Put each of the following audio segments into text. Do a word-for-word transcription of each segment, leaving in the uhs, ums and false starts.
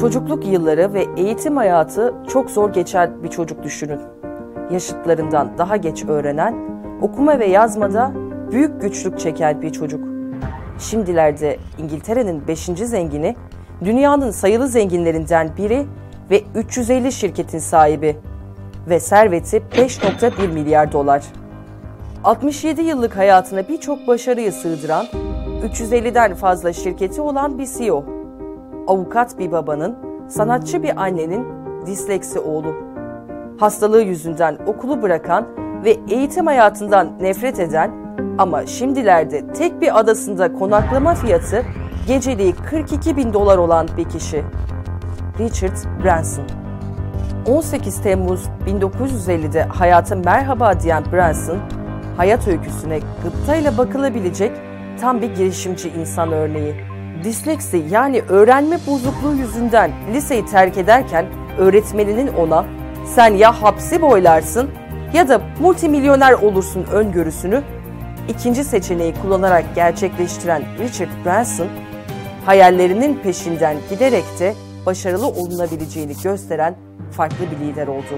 Çocukluk yılları ve eğitim hayatı çok zor geçen bir çocuk düşünün. Yaşıtlarından daha geç öğrenen, okuma ve yazmada büyük güçlük çeken bir çocuk. Şimdilerde İngiltere'nin beşinci zengini, dünyanın sayılı zenginlerinden biri ve üç yüz elli şirketin sahibi ve serveti beş nokta bir milyar dolar. altmış yedi yıllık hayatına birçok başarıyı sığdıran, üç yüz elliden fazla şirketi olan bir C E O. Avukat bir babanın, sanatçı bir annenin disleksi oğlu. Hastalığı yüzünden okulu bırakan ve eğitim hayatından nefret eden ama şimdilerde tek bir adasında konaklama fiyatı geceliği kırk iki bin dolar olan bir kişi. Richard Branson. on sekiz Temmuz bin dokuz yüz ellide hayata merhaba diyen Branson, hayat öyküsüne gıptayla bakılabilecek tam bir girişimci insan örneği. Disleksi yani öğrenme bozukluğu yüzünden liseyi terk ederken öğretmeninin ona "Sen ya hapsi boylarsın ya da multimilyoner olursun" öngörüsünü ikinci seçeneği kullanarak gerçekleştiren Richard Branson, hayallerinin peşinden giderek de başarılı olunabileceğini gösteren farklı bir lider oldu.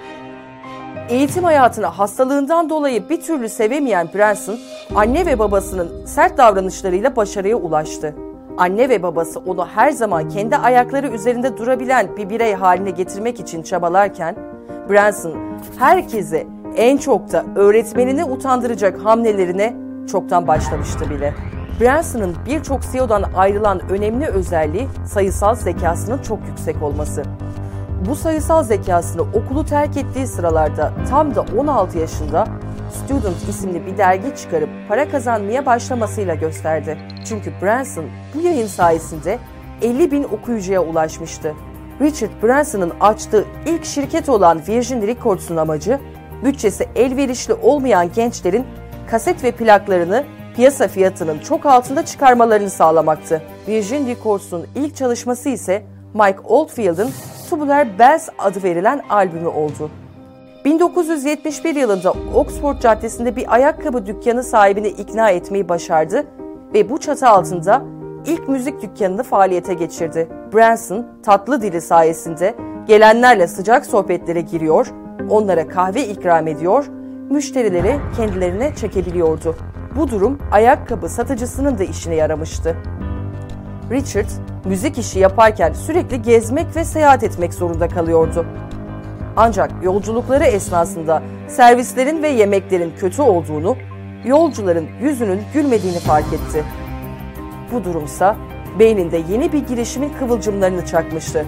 Eğitim hayatını hastalığından dolayı bir türlü sevemeyen Branson, anne ve babasının sert davranışlarıyla başarıya ulaştı. Anne ve babası onu her zaman kendi ayakları üzerinde durabilen bir birey haline getirmek için çabalarken, Branson herkese, en çok da öğretmenini utandıracak hamlelerine çoktan başlamıştı bile. Branson'ın birçok C E O'dan ayrılan önemli özelliği sayısal zekasının çok yüksek olması. Bu sayısal zekasını okulu terk ettiği sıralarda tam da on altı yaşında Student isimli bir dergi çıkarıp para kazanmaya başlamasıyla gösterdi. Çünkü Branson bu yayın sayesinde elli bin okuyucuya ulaşmıştı. Richard Branson'ın açtığı ilk şirket olan Virgin Records'un amacı, bütçesi elverişli olmayan gençlerin kaset ve plaklarını piyasa fiyatının çok altında çıkarmalarını sağlamaktı. Virgin Records'un ilk çalışması ise Mike Oldfield'ın Tubular Bells adı verilen albümü oldu. bin dokuz yüz yetmiş bir yılında Oxford Caddesi'nde bir ayakkabı dükkanı sahibini ikna etmeyi başardı ve bu çatı altında ilk müzik dükkanını faaliyete geçirdi. Branson, tatlı dili sayesinde gelenlerle sıcak sohbetlere giriyor, onlara kahve ikram ediyor, müşterileri kendilerine çekebiliyordu. Bu durum ayakkabı satıcısının da işine yaramıştı. Richard, müzik işi yaparken sürekli gezmek ve seyahat etmek zorunda kalıyordu. Ancak yolculukları esnasında servislerin ve yemeklerin kötü olduğunu, yolcuların yüzünün gülmediğini fark etti. Bu durumsa beyninde yeni bir girişimin kıvılcımlarını çakmıştı.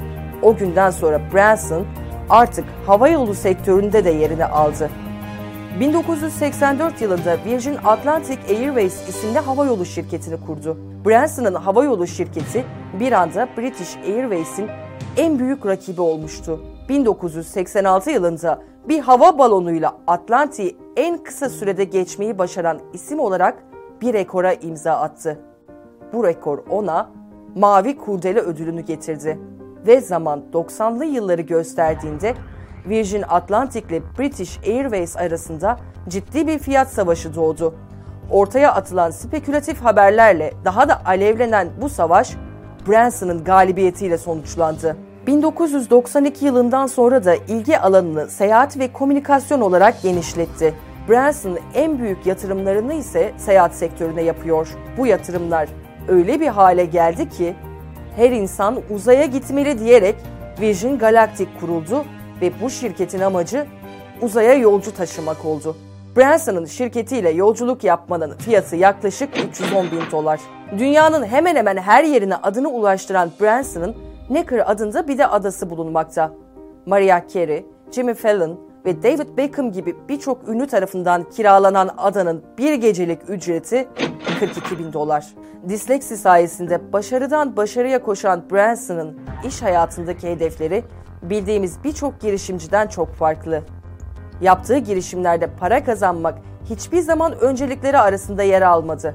O günden sonra Branson artık havayolu sektöründe de yerini aldı. bin dokuz yüz seksen dört yılında Virgin Atlantic Airways isimli havayolu şirketini kurdu. Branson'ın havayolu şirketi bir anda British Airways'in en büyük rakibi olmuştu. bin dokuz yüz seksen altı yılında bir hava balonuyla Atlantik'i en kısa sürede geçmeyi başaran isim olarak bir rekora imza attı. Bu rekor ona Mavi Kurdele ödülünü getirdi ve zaman doksanlı yılları gösterdiğinde Virgin Atlantic ile British Airways arasında ciddi bir fiyat savaşı doğdu. Ortaya atılan spekülatif haberlerle daha da alevlenen bu savaş Branson'ın galibiyetiyle sonuçlandı. bin dokuz yüz doksan iki yılından sonra da ilgi alanını seyahat ve komünikasyon olarak genişletti. Branson en büyük yatırımlarını ise seyahat sektörüne yapıyor. Bu yatırımlar öyle bir hale geldi ki her insan uzaya gitmeli diyerek Virgin Galactic kuruldu ve bu şirketin amacı uzaya yolcu taşımak oldu. Branson'ın şirketiyle yolculuk yapmanın fiyatı yaklaşık üç yüz on bin dolar. Dünyanın hemen hemen her yerine adını ulaştıran Branson'ın Necker adında bir de adası bulunmakta. Mariah Carey, Jimmy Fallon ve David Beckham gibi birçok ünlü tarafından kiralanan adanın bir gecelik ücreti kırk iki bin dolar. Disleksi sayesinde başarıdan başarıya koşan Branson'ın iş hayatındaki hedefleri bildiğimiz birçok girişimciden çok farklı. Yaptığı girişimlerde para kazanmak hiçbir zaman öncelikleri arasında yer almadı.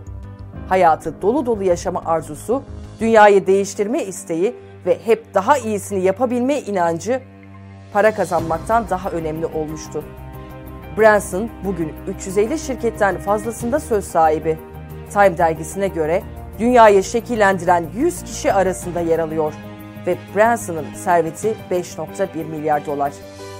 Hayatı dolu dolu yaşama arzusu, dünyayı değiştirme isteği ve hep daha iyisini yapabilme inancı para kazanmaktan daha önemli olmuştu. Branson bugün üç yüz elli şirketten fazlasında söz sahibi. Time dergisine göre dünyayı şekillendiren yüz kişi arasında yer alıyor. ve Branson'ın serveti beş nokta bir milyar dolar.